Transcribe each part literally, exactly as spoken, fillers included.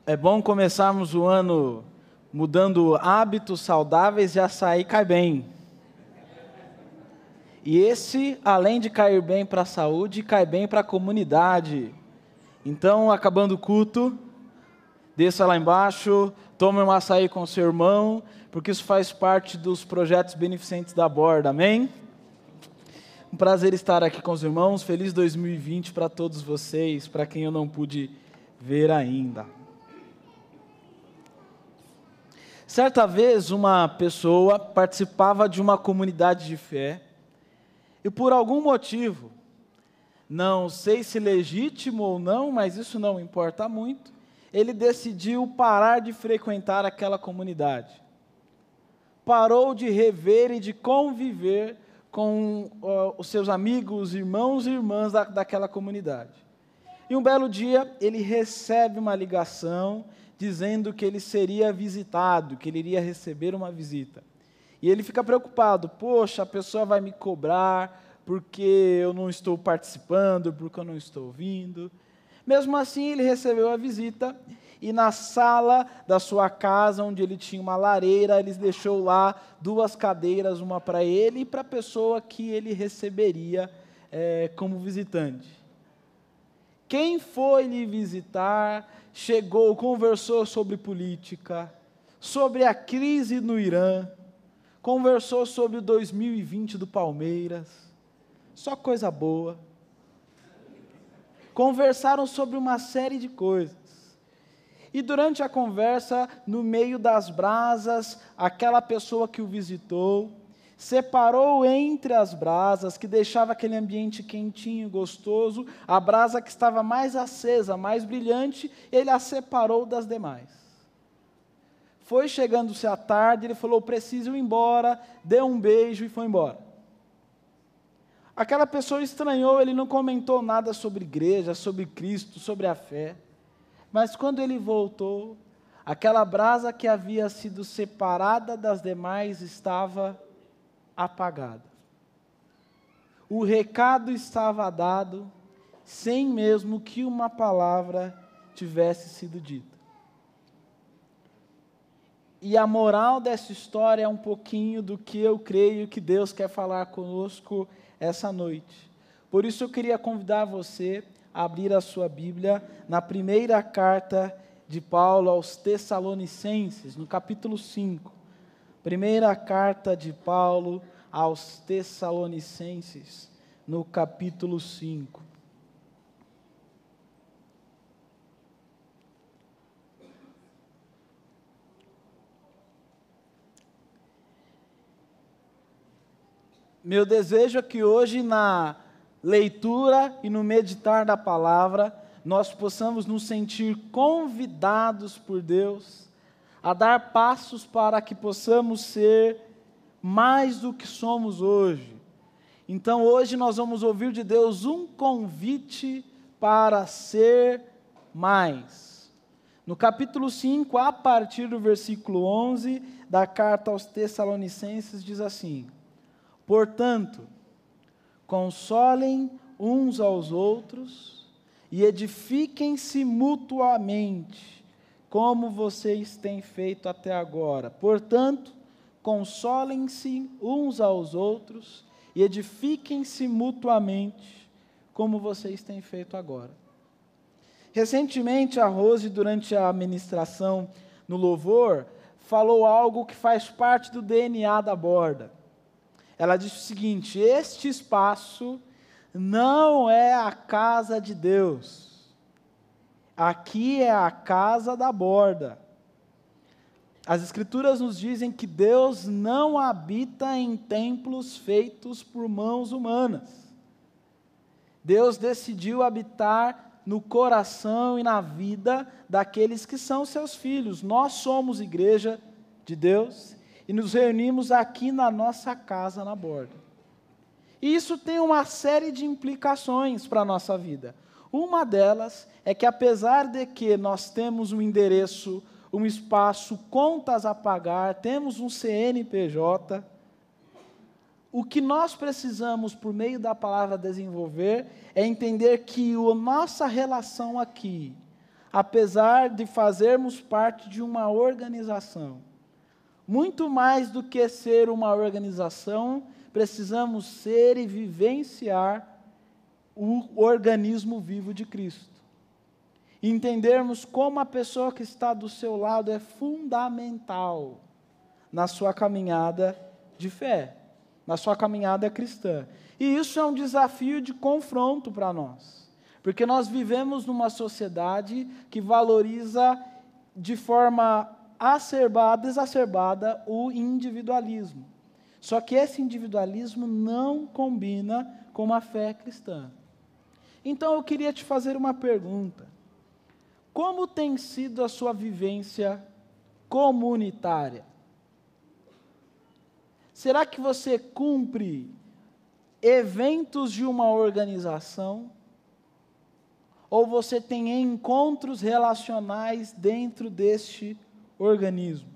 É bom começarmos o ano mudando hábitos saudáveis e açaí cai bem. E esse, além de cair bem para a saúde, cai bem para a comunidade. Então, acabando o culto, desça lá embaixo, tome um açaí com seu irmão, porque isso faz parte dos projetos beneficentes da Borda, amém? Um prazer estar aqui com os irmãos, feliz dois mil e vinte para todos vocês, para quem eu não pude ver ainda. Certa vez, uma pessoa participava de uma comunidade de fé e, por algum motivo, não sei se legítimo ou não, mas isso não importa muito, ele decidiu parar de frequentar aquela comunidade. Parou de rever e de conviver com uh, os seus amigos, irmãos e irmãs da, daquela comunidade. E um belo dia, ele recebe uma ligação dizendo que ele seria visitado, que ele iria receber uma visita. E ele fica preocupado, poxa, a pessoa vai me cobrar porque eu não estou participando, porque eu não estou vindo. Mesmo assim, ele recebeu a visita e na sala da sua casa, onde ele tinha uma lareira, ele deixou lá duas cadeiras, uma para ele e para a pessoa que ele receberia é, como visitante. Quem foi lhe visitar, chegou, conversou sobre política, sobre a crise no Irã, conversou sobre o dois mil e vinte do Palmeiras, só coisa boa. Conversaram sobre uma série de coisas. E durante a conversa, no meio das brasas, aquela pessoa que o visitou, separou entre as brasas, que deixava aquele ambiente quentinho e gostoso, a brasa que estava mais acesa, mais brilhante, ele a separou das demais. Foi chegando-se à tarde, ele falou, preciso ir embora, deu um beijo e foi embora. Aquela pessoa estranhou, ele não comentou nada sobre igreja, sobre Cristo, sobre a fé. Mas quando ele voltou, aquela brasa que havia sido separada das demais estava apagada. O recado estava dado, sem mesmo que uma palavra tivesse sido dita. E a moral dessa história é um pouquinho do que eu creio que Deus quer falar conosco essa noite. Por isso eu queria convidar você a abrir a sua Bíblia na primeira carta de Paulo aos Tessalonicenses, no capítulo cinco. Primeira carta de Paulo aos Tessalonicenses, no capítulo cinco. Meu desejo é que hoje, na leitura e no meditar da palavra, nós possamos nos sentir convidados por Deus a dar passos para que possamos ser mais do que somos hoje. Então, hoje nós vamos ouvir de Deus um convite para ser mais. No capítulo cinco, a partir do versículo onze da carta aos Tessalonicenses, diz assim: portanto, consolem uns aos outros e edifiquem-se mutuamente, como vocês têm feito até agora. Portanto, consolem-se uns aos outros e edifiquem-se mutuamente, como vocês têm feito agora. Recentemente, a Rose, durante a ministração no louvor, falou algo que faz parte do D N A da Borda. Ela disse o seguinte: este espaço não é a casa de Deus. Aqui é a casa da Borda. As Escrituras nos dizem que Deus não habita em templos feitos por mãos humanas. Deus decidiu habitar no coração e na vida daqueles que são seus filhos. Nós somos igreja de Deus e nos reunimos aqui na nossa casa na Borda. E isso tem uma série de implicações para a nossa vida. Uma delas é que, apesar de que nós temos um endereço, um espaço, contas a pagar, temos um C N P J, o que nós precisamos, por meio da palavra, desenvolver, é entender que a nossa relação aqui, apesar de fazermos parte de uma organização. Muito mais do que ser uma organização, precisamos ser e vivenciar o organismo vivo de Cristo. Entendermos como a pessoa que está do seu lado é fundamental na sua caminhada de fé, na sua caminhada cristã. E isso é um desafio de confronto para nós, porque nós vivemos numa sociedade que valoriza de forma acerbada, exacerbada o individualismo. Só que esse individualismo não combina com uma fé cristã. Então eu queria te fazer uma pergunta. Como tem sido a sua vivência comunitária? Será que você cumpre eventos de uma organização? Ou você tem encontros relacionais dentro deste organismo?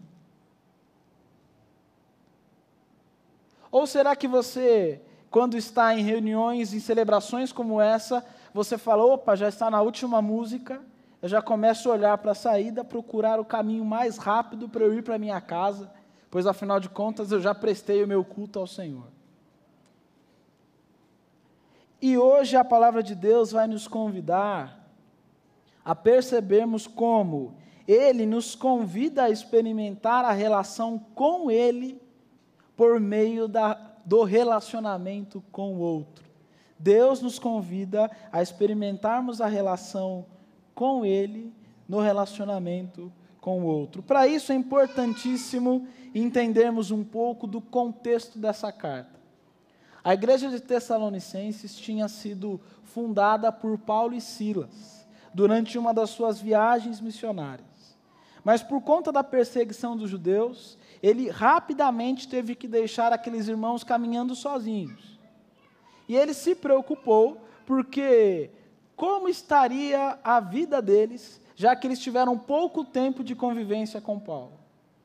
Ou será que você, quando está em reuniões, em celebrações como essa, você fala, opa, já está na última música, eu já começo a olhar para a saída, procurar o caminho mais rápido para eu ir para a minha casa, pois afinal de contas eu já prestei o meu culto ao Senhor. E hoje a palavra de Deus vai nos convidar a percebermos como Ele nos convida a experimentar a relação com Ele por meio da, do relacionamento com o outro. Deus nos convida a experimentarmos a relação com Ele no relacionamento com o outro. Para isso é importantíssimo entendermos um pouco do contexto dessa carta. A igreja de Tessalonicenses tinha sido fundada por Paulo e Silas durante uma das suas viagens missionárias. Mas por conta da perseguição dos judeus, ele rapidamente teve que deixar aqueles irmãos caminhando sozinhos. E ele se preocupou porque como estaria a vida deles, já que eles tiveram pouco tempo de convivência com Paulo.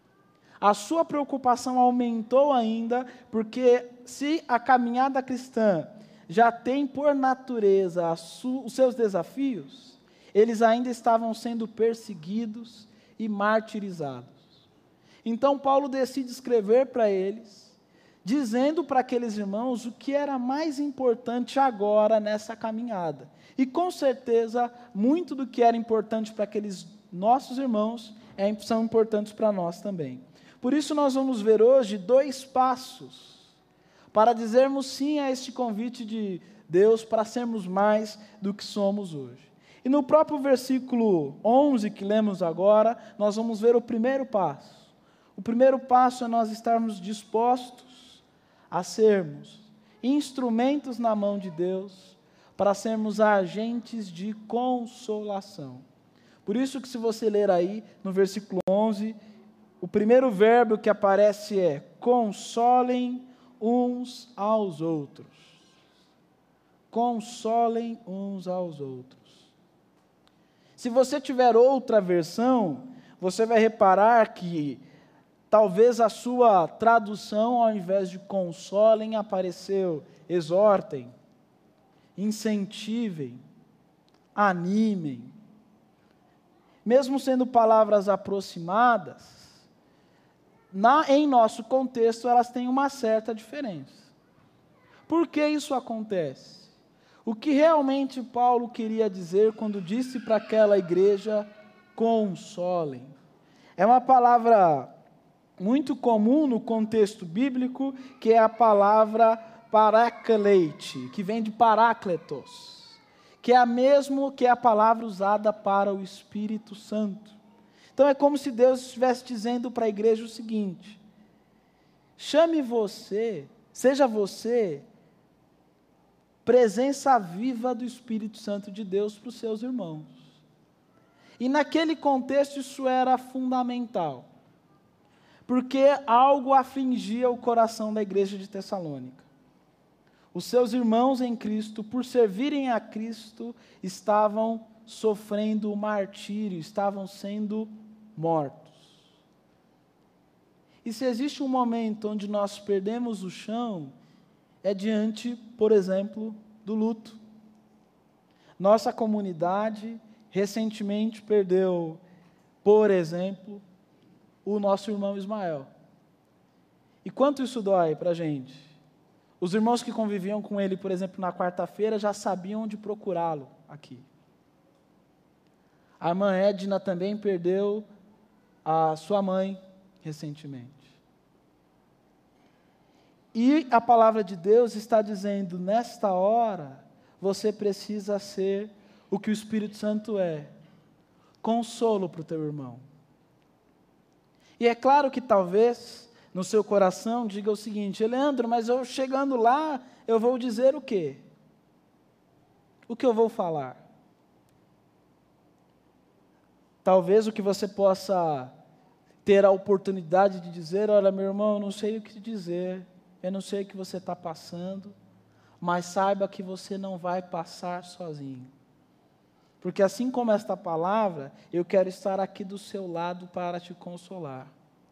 A sua preocupação aumentou ainda, porque se a caminhada cristã já tem por natureza os seus desafios, eles ainda estavam sendo perseguidos e martirizados. Então Paulo decide escrever para eles, dizendo para aqueles irmãos o que era mais importante agora nessa caminhada. E com certeza, muito do que era importante para aqueles nossos irmãos é, são importantes para nós também. Por isso nós vamos ver hoje dois passos para dizermos sim a este convite de Deus para sermos mais do que somos hoje. E no próprio versículo onze que lemos agora, nós vamos ver o primeiro passo. O primeiro passo é nós estarmos dispostos a sermos instrumentos na mão de Deus para sermos agentes de consolação. Por isso que se você ler aí no versículo onze, o primeiro verbo que aparece é consolem uns aos outros. Consolem uns aos outros. Se você tiver outra versão, você vai reparar que talvez a sua tradução, ao invés de consolem, apareceu exortem, incentivem, animem. Mesmo sendo palavras aproximadas, na, em nosso contexto elas têm uma certa diferença. Por que isso acontece? O que realmente Paulo queria dizer quando disse para aquela igreja, consolem? É uma palavra muito comum no contexto bíblico, que é a palavra parakleite, que vem de parácletos, que é a mesma que é a palavra usada para o Espírito Santo. Então é como se Deus estivesse dizendo para a igreja o seguinte: chame você, seja você presença viva do Espírito Santo de Deus para os seus irmãos. E naquele contexto isso era fundamental, porque algo afligia o coração da igreja de Tessalônica. Os seus irmãos em Cristo, por servirem a Cristo, estavam sofrendo martírio, estavam sendo mortos. E se existe um momento onde nós perdemos o chão, é diante, por exemplo, do luto. Nossa comunidade recentemente perdeu, por exemplo, o nosso irmão Ismael. E quanto isso dói para a gente? Os irmãos que conviviam com ele, por exemplo, na quarta-feira, já sabiam onde procurá-lo aqui. A irmã Edna também perdeu a sua mãe recentemente. E a palavra de Deus está dizendo, nesta hora, você precisa ser o que o Espírito Santo é, consolo para o teu irmão. E é claro que talvez, no seu coração, diga o seguinte, Leandro, mas eu chegando lá, eu vou dizer o quê? O que eu vou falar? Talvez o que você possa ter a oportunidade de dizer, olha, meu irmão, eu não sei o que dizer, eu não sei o que você está passando, mas saiba que você não vai passar sozinho. Porque assim como esta palavra, eu quero estar aqui do seu lado para te consolar.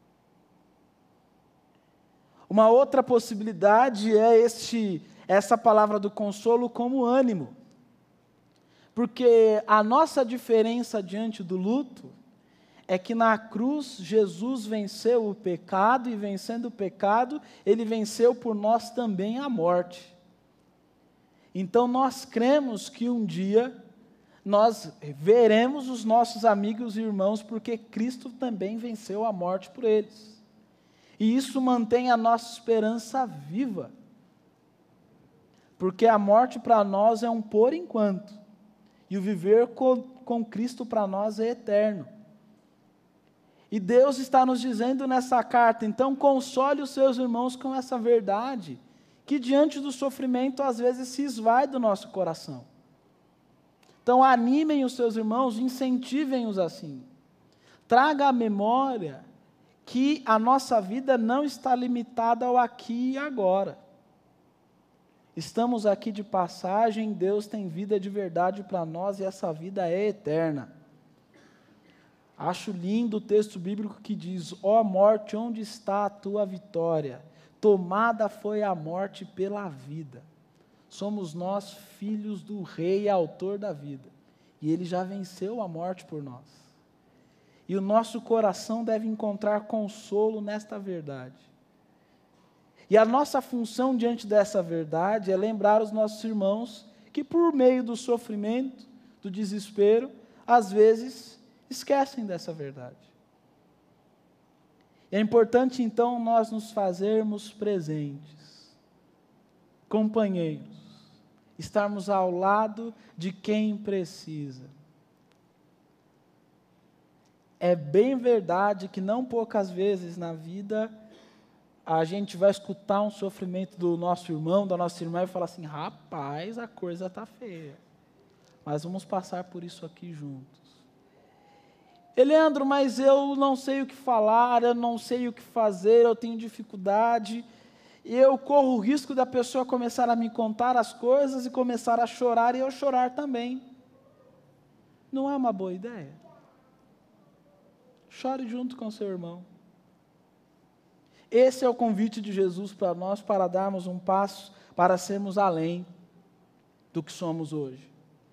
Uma outra possibilidade é este, essa palavra do consolo como ânimo. Porque a nossa diferença diante do luto é que na cruz Jesus venceu o pecado e vencendo o pecado, Ele venceu por nós também a morte. Então nós cremos que um dia nós veremos os nossos amigos e irmãos porque Cristo também venceu a morte por eles. E isso mantém a nossa esperança viva. Porque a morte para nós é um por enquanto. E o viver com, com Cristo para nós é eterno. E Deus está nos dizendo nessa carta, então console os seus irmãos com essa verdade, que diante do sofrimento às vezes se esvai do nosso coração. Então animem os seus irmãos, incentivem-os assim. Traga à memória que a nossa vida não está limitada ao aqui e agora. Estamos aqui de passagem, Deus tem vida de verdade para nós e essa vida é eterna. Acho lindo o texto bíblico que diz, ó morte, onde está a tua vitória? Tomada foi a morte pela vida. Somos nós filhos do rei e autor da vida. E ele já venceu a morte por nós. E o nosso coração deve encontrar consolo nesta verdade. E a nossa função diante dessa verdade é lembrar os nossos irmãos que por meio do sofrimento, do desespero, às vezes esquecem dessa verdade. É importante então nós nos fazermos presentes, companheiros, estarmos ao lado de quem precisa. É bem verdade que não poucas vezes na vida a gente vai escutar um sofrimento do nosso irmão, da nossa irmã e falar assim, rapaz, a coisa está feia, mas vamos passar por isso aqui juntos. Leandro, mas eu não sei o que falar, eu não sei o que fazer, eu tenho dificuldade, e eu corro o risco da pessoa começar a me contar as coisas e começar a chorar e eu chorar também. Não é uma boa ideia? Chore junto com seu irmão. Esse é o convite de Jesus para nós, para darmos um passo, para sermos além do que somos hoje.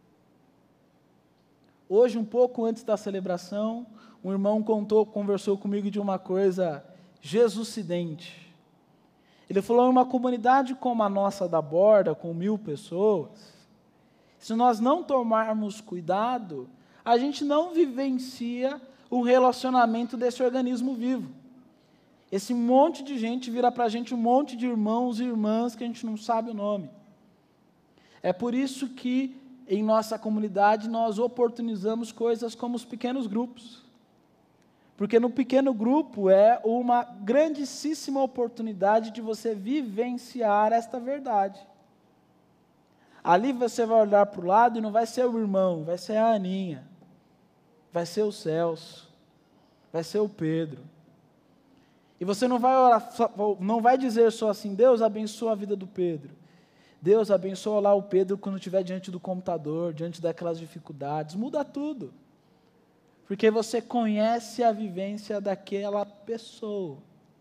Hoje, um pouco antes da celebração, um irmão contou, conversou comigo de uma coisa jesucidente. Ele falou, em uma comunidade como a nossa da Borda, com mil pessoas, se nós não tomarmos cuidado, a gente não vivencia o relacionamento desse organismo vivo. Esse monte de gente vira para a gente um monte de irmãos e irmãs que a gente não sabe o nome. É por isso que em nossa comunidade nós oportunizamos coisas como os pequenos grupos. Porque no pequeno grupo é uma grandíssima oportunidade de você vivenciar esta verdade. Ali você vai olhar para o lado e não vai ser o irmão, vai ser a Aninha, vai ser o Celso, vai ser o Pedro. E você não vai orar, não vai dizer só assim, Deus abençoa a vida do Pedro. Deus abençoa lá o Pedro quando estiver diante do computador, diante daquelas dificuldades. Muda tudo. Porque você conhece a vivência daquela pessoa.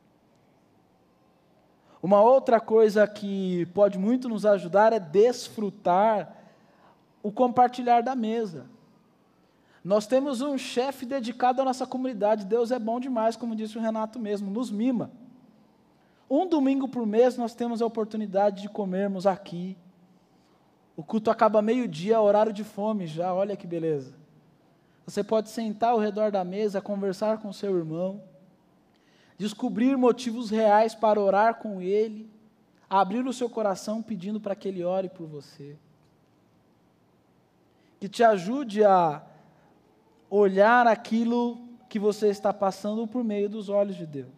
Uma outra coisa que pode muito nos ajudar é desfrutar o compartilhar da mesa. Nós temos um chefe dedicado à nossa comunidade. Deus é bom demais, como disse o Renato mesmo, nos mima. Um domingo por mês nós temos a oportunidade de comermos aqui. O culto acaba meio-dia, horário de fome já, olha que beleza. Você pode sentar ao redor da mesa, conversar com seu irmão, descobrir motivos reais para orar com ele, abrir o seu coração pedindo para que ele ore por você. Que te ajude a olhar aquilo que você está passando por meio dos olhos de Deus.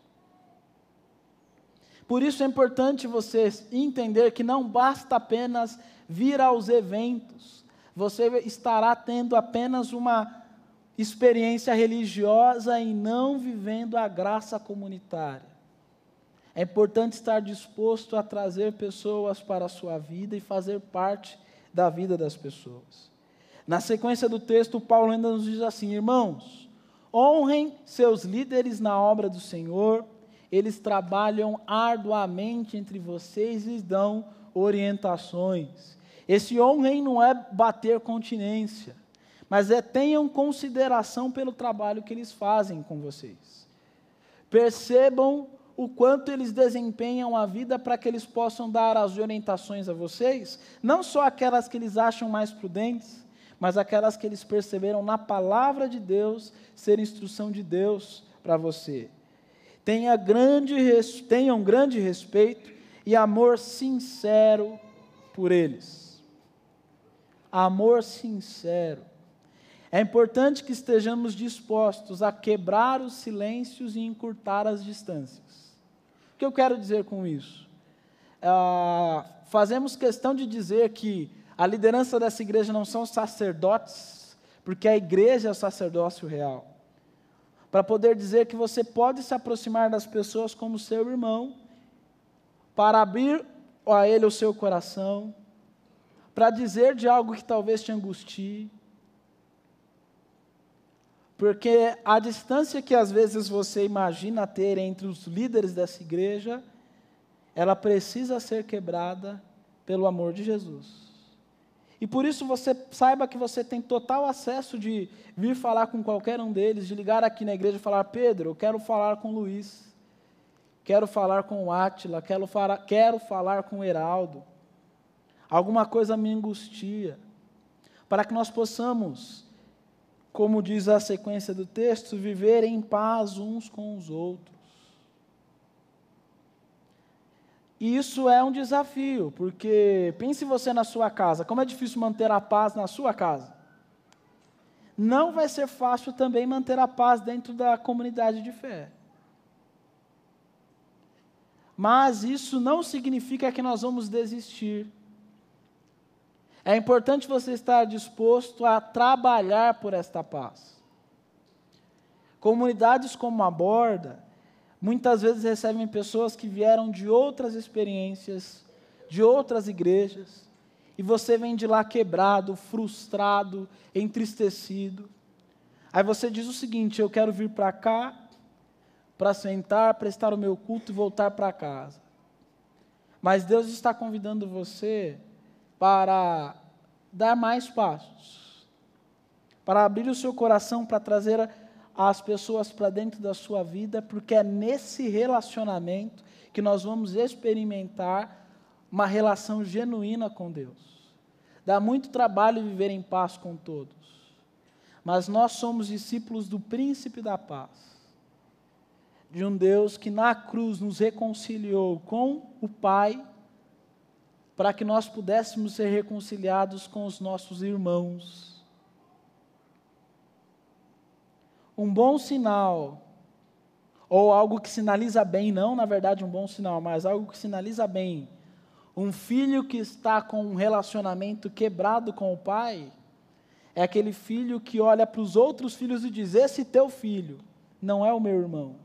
Por isso é importante você entender que não basta apenas vir aos eventos, você estará tendo apenas uma experiência religiosa e não vivendo a graça comunitária. É importante estar disposto a trazer pessoas para a sua vida e fazer parte da vida das pessoas. Na sequência do texto, Paulo ainda nos diz assim: irmãos, honrem seus líderes na obra do Senhor, eles trabalham arduamente entre vocês e lhes dão orientações. Esse honrem não é bater continência, mas é tenham consideração pelo trabalho que eles fazem com vocês. Percebam o quanto eles desempenham a vida para que eles possam dar as orientações a vocês, não só aquelas que eles acham mais prudentes, mas aquelas que eles perceberam na palavra de Deus ser instrução de Deus para você. Tenha grande, tenham grande respeito e amor sincero por eles. Amor sincero. É importante que estejamos dispostos a quebrar os silêncios e encurtar as distâncias. O que eu quero dizer com isso? Ah, fazemos questão de dizer que a liderança dessa igreja não são sacerdotes, porque a igreja é o sacerdócio real. Para poder dizer que você pode se aproximar das pessoas como seu irmão, para abrir a ele o seu coração, para dizer de algo que talvez te angustie, porque a distância que às vezes você imagina ter entre os líderes dessa igreja, ela precisa ser quebrada pelo amor de Jesus. E por isso você saiba que você tem total acesso de vir falar com qualquer um deles, de ligar aqui na igreja e falar: Pedro, eu quero falar com o Luiz, quero falar com o Átila, quero falar, quero falar com o Heraldo, alguma coisa me angustia, para que nós possamos, como diz a sequência do texto, viver em paz uns com os outros. E isso é um desafio, porque pense você na sua casa, como é difícil manter a paz na sua casa. Não vai ser fácil também manter a paz dentro da comunidade de fé. Mas isso não significa que nós vamos desistir. É importante você estar disposto a trabalhar por esta paz. Comunidades como a Borda, muitas vezes recebem pessoas que vieram de outras experiências, de outras igrejas, e você vem de lá quebrado, frustrado, entristecido. Aí você diz o seguinte: eu quero vir para cá, para sentar, prestar o meu culto e voltar para casa. Mas Deus está convidando você para dar mais passos, para abrir o seu coração, para trazer as pessoas para dentro da sua vida, porque é nesse relacionamento que nós vamos experimentar uma relação genuína com Deus. Dá muito trabalho viver em paz com todos, mas nós somos discípulos do Príncipe da Paz, de um Deus que na cruz nos reconciliou com o Pai, para que nós pudéssemos ser reconciliados com os nossos irmãos. Um bom sinal, ou algo que sinaliza bem, não na verdade um bom sinal, mas algo que sinaliza bem, um filho que está com um relacionamento quebrado com o pai, é aquele filho que olha para os outros filhos e diz: esse teu filho não é o meu irmão.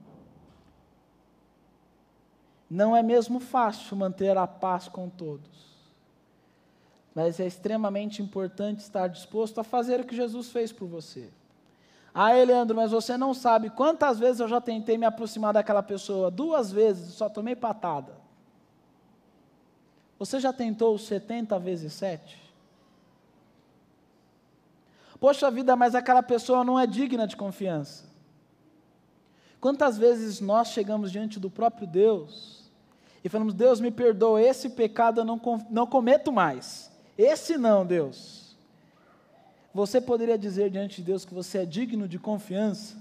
Não é mesmo fácil manter a paz com todos, mas é extremamente importante estar disposto a fazer o que Jesus fez por você. Ah, Leandro, mas você não sabe quantas vezes eu já tentei me aproximar daquela pessoa. Duas vezes, só tomei patada. Você já tentou setenta vezes sete? Poxa vida, mas aquela pessoa não é digna de confiança. Quantas vezes nós chegamos diante do próprio Deus e falamos, Deus me perdoa, esse pecado eu não, não cometo mais. Esse não, Deus. Você poderia dizer diante de Deus que você é digno de confiança?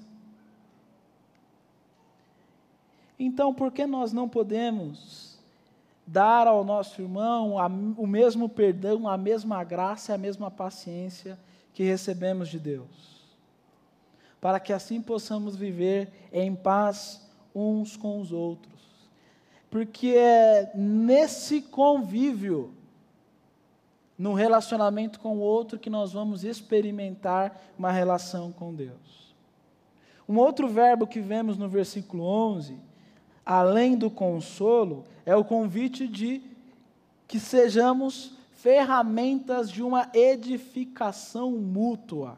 Então, por que nós não podemos dar ao nosso irmão a, o mesmo perdão, a mesma graça e a mesma paciência que recebemos de Deus? Para que assim possamos viver em paz uns com os outros. Porque é nesse convívio, no relacionamento com o outro, que nós vamos experimentar uma relação com Deus. Um outro verbo que vemos no versículo onze, além do consolo, é o convite de que sejamos ferramentas de uma edificação mútua.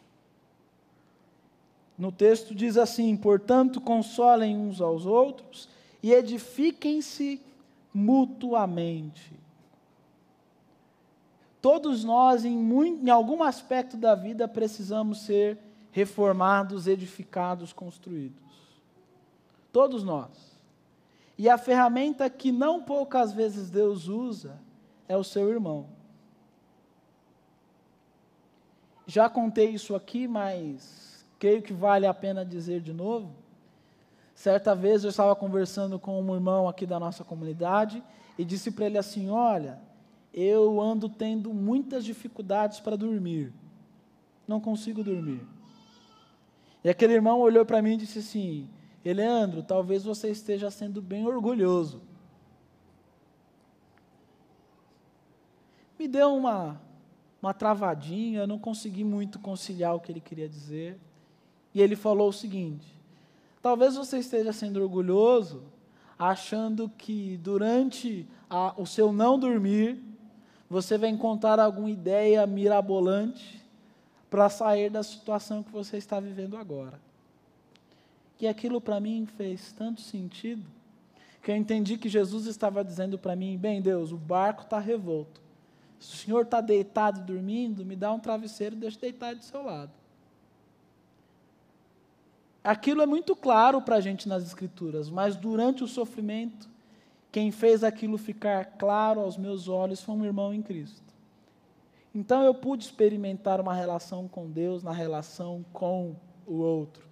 No texto diz assim, portanto, consolem uns aos outros e edifiquem-se mutuamente. Todos nós, em, muito, em algum aspecto da vida, precisamos ser reformados, edificados, construídos. Todos nós. E a ferramenta que não poucas vezes Deus usa é o seu irmão. Já contei isso aqui, mas creio que vale a pena dizer de novo. Certa vez eu estava conversando com um irmão aqui da nossa comunidade e disse para ele assim, olha, eu ando tendo muitas dificuldades para dormir. Não consigo dormir. E aquele irmão olhou para mim e disse assim, Eleandro, talvez você esteja sendo bem orgulhoso. Me deu uma, uma travadinha, eu não consegui muito conciliar o que ele queria dizer. E ele falou o seguinte, talvez você esteja sendo orgulhoso, achando que durante a, o seu não dormir, você vai encontrar alguma ideia mirabolante para sair da situação que você está vivendo agora. E aquilo para mim fez tanto sentido, que eu entendi que Jesus estava dizendo para mim, bem Deus, o barco está revolto. Se o Senhor está deitado dormindo, me dá um travesseiro e deixa eu deitar do seu lado. Aquilo é muito claro para a gente nas Escrituras, mas durante o sofrimento, quem fez aquilo ficar claro aos meus olhos foi um irmão em Cristo. Então eu pude experimentar uma relação com Deus na relação com o outro.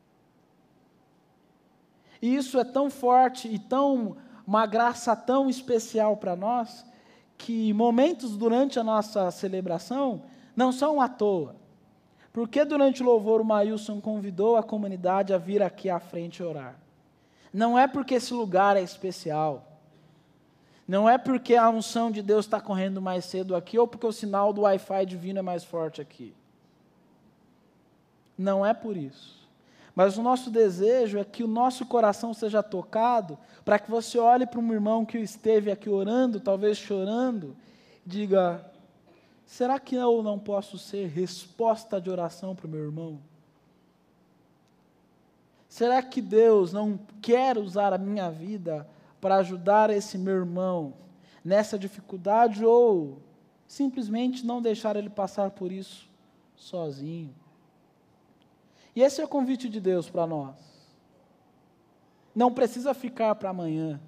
E isso é tão forte e tão, uma graça tão especial para nós, que momentos durante a nossa celebração não são à toa. Porque durante o louvor o Maílson convidou a comunidade a vir aqui à frente orar. Não é porque esse lugar é especial. Não é porque a unção de Deus está correndo mais cedo aqui, ou porque o sinal do Wi-Fi divino é mais forte aqui. Não é por isso. Mas o nosso desejo é que o nosso coração seja tocado, para que você olhe para um irmão que esteve aqui orando, talvez chorando, e diga, será que eu não posso ser resposta de oração para o meu irmão? Será que Deus não quer usar a minha vida para ajudar esse meu irmão nessa dificuldade ou simplesmente não deixar ele passar por isso sozinho? E esse é o convite de Deus para nós. Não precisa ficar para amanhã.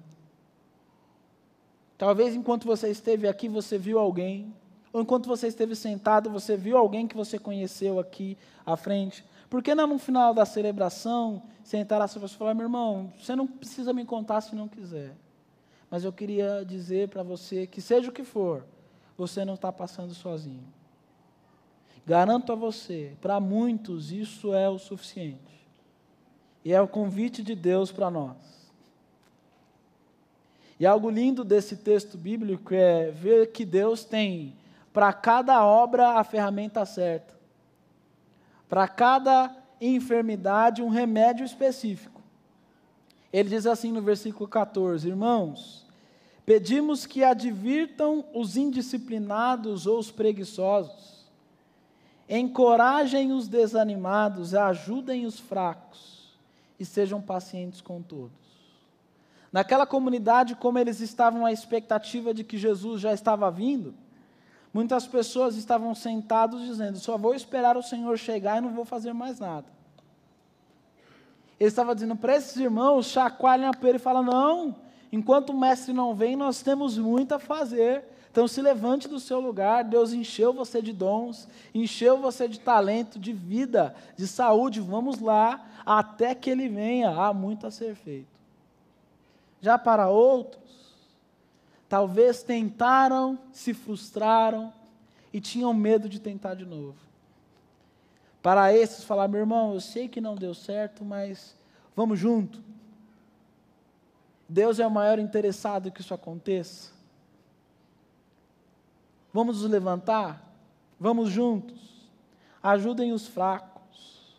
Talvez enquanto você esteve aqui, você viu alguém, ou enquanto você esteve sentado, você viu alguém que você conheceu aqui à frente. Por que não no final da celebração, sentar a sua e falar, meu irmão, você não precisa me contar se não quiser. Mas eu queria dizer para você que seja o que for, você não está passando sozinho. Garanto a você, para muitos isso é o suficiente. E é o convite de Deus para nós. E algo lindo desse texto bíblico é ver que Deus tem para cada obra a ferramenta certa. Para cada enfermidade um remédio específico. Ele diz assim no versículo catorze, irmãos, pedimos que advirtam os indisciplinados ou os preguiçosos, encorajem os desanimados, ajudem os fracos e sejam pacientes com todos. Naquela comunidade, como eles estavam à expectativa de que Jesus já estava vindo, muitas pessoas estavam sentadas dizendo, só vou esperar o Senhor chegar e não vou fazer mais nada. Ele estava dizendo para esses irmãos, chacoalhem a pera e falam, não, enquanto o mestre não vem, nós temos muito a fazer. Então se levante do seu lugar, Deus encheu você de dons, encheu você de talento, de vida, de saúde, vamos lá, até que Ele venha, há muito a ser feito. Já para outros, talvez tentaram, se frustraram e tinham medo de tentar de novo. Para esses, falar, meu irmão, eu sei que não deu certo, mas vamos junto. Deus é o maior interessado que isso aconteça. Vamos nos levantar? Vamos juntos. Ajudem os fracos.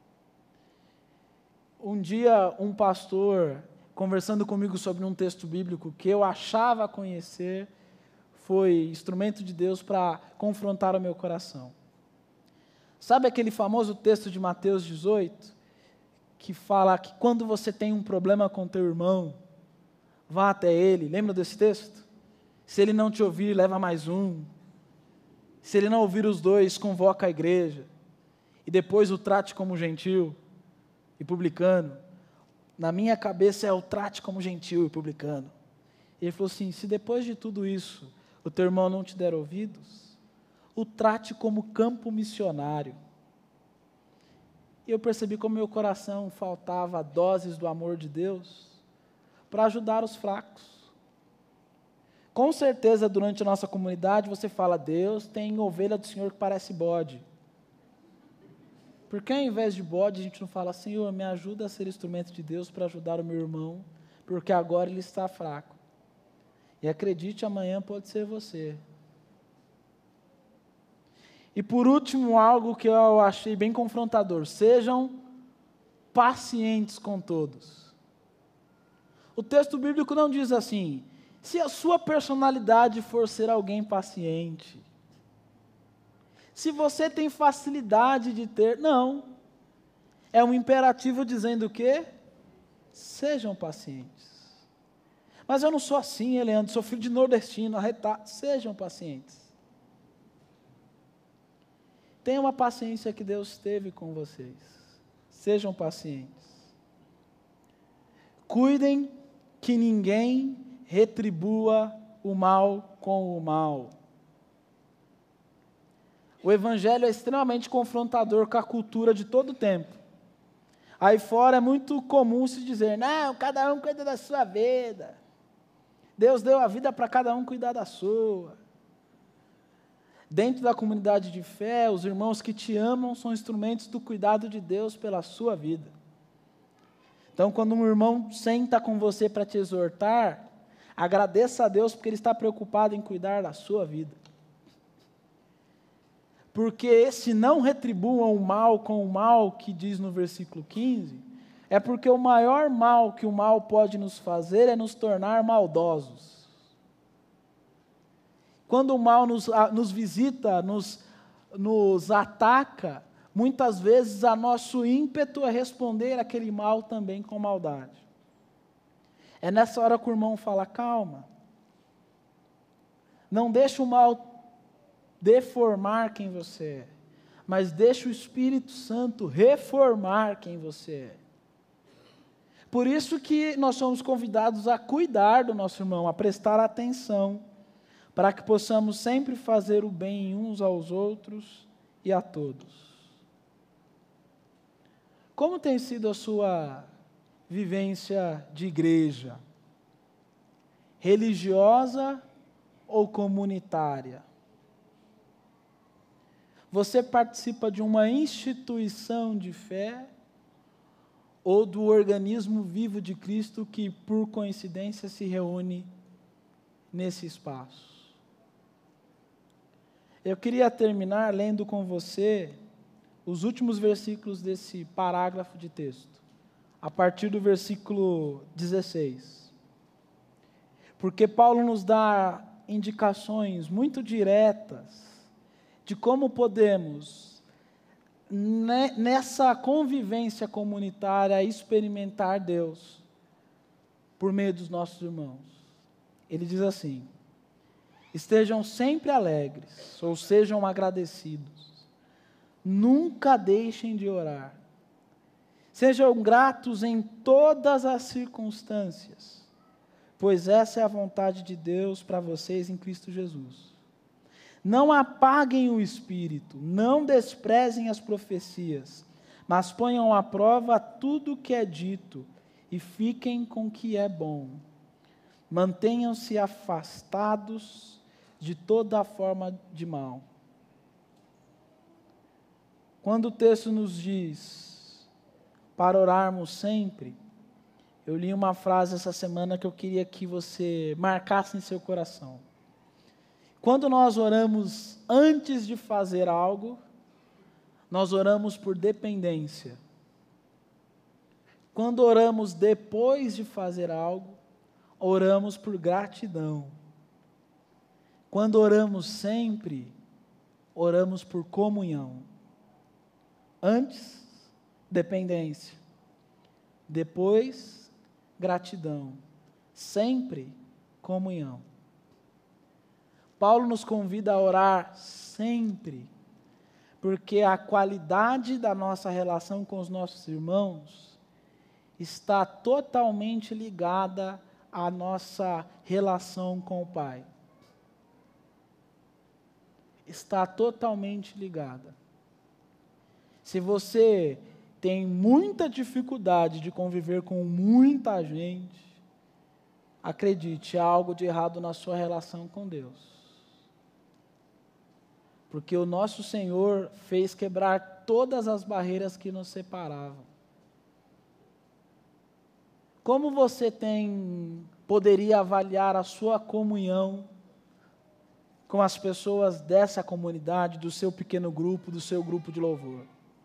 Um dia, um pastor, conversando comigo sobre um texto bíblico que eu achava conhecer, foi instrumento de Deus para confrontar o meu coração. Sabe aquele famoso texto de Mateus dezoito, que fala que quando você tem um problema com teu irmão, vá até ele, lembra desse texto? Se ele não te ouvir, leva mais um. Se ele não ouvir os dois, convoca a igreja. E depois o trate como gentil e publicano. Na minha cabeça é o trate como gentil e publicano. E ele falou assim, se depois de tudo isso, o teu irmão não te der ouvidos, o trate como campo missionário. E eu percebi como meu coração faltava doses do amor de Deus para ajudar os fracos. Com certeza, durante a nossa comunidade, você fala, Deus tem ovelha do Senhor que parece bode. Por que ao invés de bode, a gente não fala, Senhor, me ajuda a ser instrumento de Deus para ajudar o meu irmão, porque agora ele está fraco. E acredite, amanhã pode ser você. E por último, algo que eu achei bem confrontador, sejam pacientes com todos. O texto bíblico não diz assim, se a sua personalidade for ser alguém paciente, se você tem facilidade de ter, não. É um imperativo dizendo o quê? Sejam pacientes. Mas eu não sou assim, Eleandro, sou filho de nordestino, arretado. Sejam pacientes. Tenha uma paciência que Deus teve com vocês. Sejam pacientes. Cuidem que ninguém retribua o mal com o mal. O evangelho é extremamente confrontador com a cultura de todo o tempo. Aí fora é muito comum se dizer, não, cada um cuida da sua vida. Deus deu a vida para cada um cuidar da sua. Dentro da comunidade de fé, os irmãos que te amam são instrumentos do cuidado de Deus pela sua vida. Então, quando um irmão senta com você para te exortar, agradeça a Deus porque Ele está preocupado em cuidar da sua vida. Porque esse não retribuam o mal com o mal que diz no versículo quinze, é porque o maior mal que o mal pode nos fazer é nos tornar maldosos. Quando o mal nos, nos visita, nos, nos ataca, muitas vezes a nosso ímpeto é responder aquele mal também com maldade. É nessa hora que o irmão fala, calma, não deixa o mal deformar quem você é, mas deixa o Espírito Santo reformar quem você é. Por isso que nós somos convidados a cuidar do nosso irmão, a prestar atenção, para que possamos sempre fazer o bem uns aos outros e a todos. Como tem sido a sua vivência de igreja? Religiosa ou comunitária? Você participa de uma instituição de fé ou do organismo vivo de Cristo que, por coincidência, se reúne nesse espaço? Eu queria terminar lendo com você os últimos versículos desse parágrafo de texto, a partir do versículo dezesseis. Porque Paulo nos dá indicações muito diretas de como podemos, nessa convivência comunitária, experimentar Deus por meio dos nossos irmãos. Ele diz assim, Estejam sempre alegres, ou sejam agradecidos. Nunca deixem de orar. Sejam gratos em todas as circunstâncias, pois essa é a vontade de Deus para vocês em Cristo Jesus. Não apaguem o espírito, não desprezem as profecias, mas ponham à prova tudo o que é dito e fiquem com o que é bom. Mantenham-se afastados de toda forma de mal. Quando o texto nos diz para orarmos sempre, eu li uma frase essa semana que eu queria que você marcasse em seu coração. Quando nós oramos antes de fazer algo, nós oramos por dependência. Quando oramos depois de fazer algo, oramos por gratidão. Quando oramos sempre, oramos por comunhão. Antes, dependência. Depois, gratidão. Sempre, comunhão. Paulo nos convida a orar sempre, porque a qualidade da nossa relação com os nossos irmãos está totalmente ligada à nossa relação com o Pai. Está totalmente ligada. Se você tem muita dificuldade de conviver com muita gente, acredite, há algo de errado na sua relação com Deus. Porque o nosso Senhor fez quebrar todas as barreiras que nos separavam. Como você tem, poderia avaliar a sua comunhão com as pessoas dessa comunidade, do seu pequeno grupo, do seu grupo de louvor?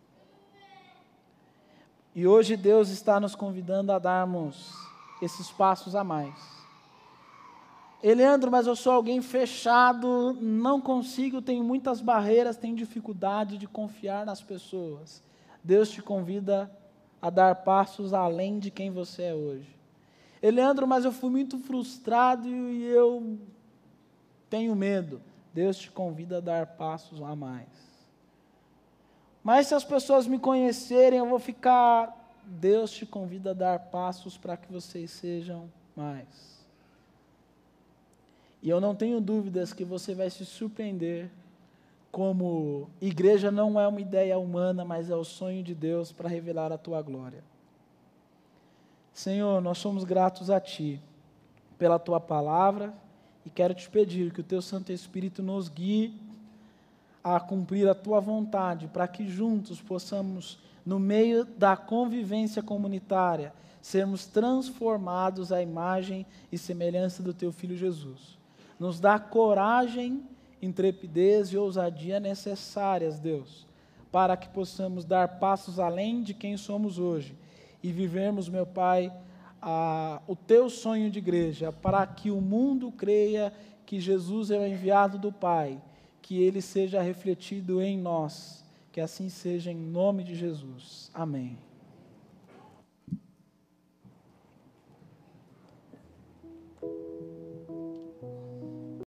E hoje Deus está nos convidando a darmos esses passos a mais. Leandro, mas eu sou alguém fechado, não consigo, tenho muitas barreiras, tenho dificuldade de confiar nas pessoas. Deus te convida a dar passos além de quem você é hoje. Leandro, mas eu fui muito frustrado e eu tenho medo. Deus te convida a dar passos a mais. Mas se as pessoas me conhecerem, eu vou ficar... Deus te convida a dar passos para que vocês sejam mais. E eu não tenho dúvidas que você vai se surpreender como igreja não é uma ideia humana, mas é o sonho de Deus para revelar a tua glória. Senhor, nós somos gratos a Ti pela Tua palavra e quero Te pedir que o Teu Santo Espírito nos guie a cumprir a Tua vontade, para que juntos possamos, no meio da convivência comunitária, sermos transformados à imagem e semelhança do Teu Filho Jesus. Nos dá coragem, intrepidez e ousadia necessárias, Deus, para que possamos dar passos além de quem somos hoje e vivermos, meu Pai, a, o Teu sonho de igreja, para que o mundo creia que Jesus é o enviado do Pai, que Ele seja refletido em nós, que assim seja em nome de Jesus. Amém.